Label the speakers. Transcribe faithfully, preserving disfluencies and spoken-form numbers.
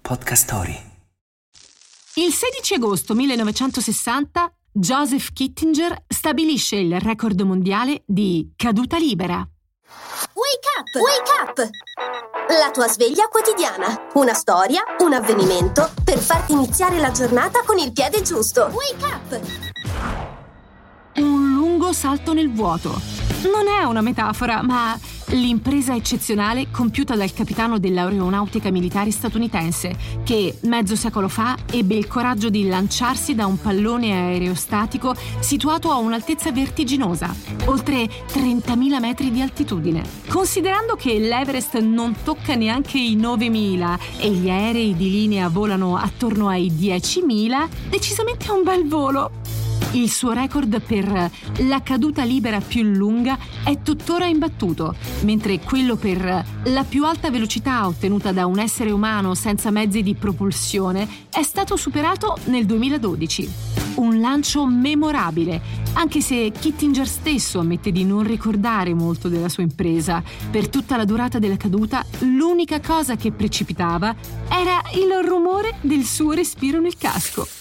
Speaker 1: Podcast Story.
Speaker 2: Il sedici agosto millenovecentosessanta Joseph Kittinger stabilisce il record mondiale di caduta libera.
Speaker 3: Wake up! Wake up! La tua sveglia quotidiana. Una storia, un avvenimento per farti iniziare la giornata con il piede giusto. Wake up!
Speaker 2: Un lungo salto nel vuoto. Non è una metafora, ma l'impresa eccezionale compiuta dal capitano dell'aeronautica militare statunitense, che mezzo secolo fa ebbe il coraggio di lanciarsi da un pallone aerostatico situato a un'altezza vertiginosa, oltre trentamila metri di altitudine. Considerando che l'Everest non tocca neanche i novemila e gli aerei di linea volano attorno ai diecimila, decisamente è un bel volo. Il suo record per la caduta libera più lunga è tuttora imbattuto, mentre quello per la più alta velocità ottenuta da un essere umano senza mezzi di propulsione è stato superato nel duemiladodici. Un lancio memorabile, anche se Kittinger stesso ammette di non ricordare molto della sua impresa. Per tutta la durata della caduta, l'unica cosa che precipitava era il rumore del suo respiro nel casco.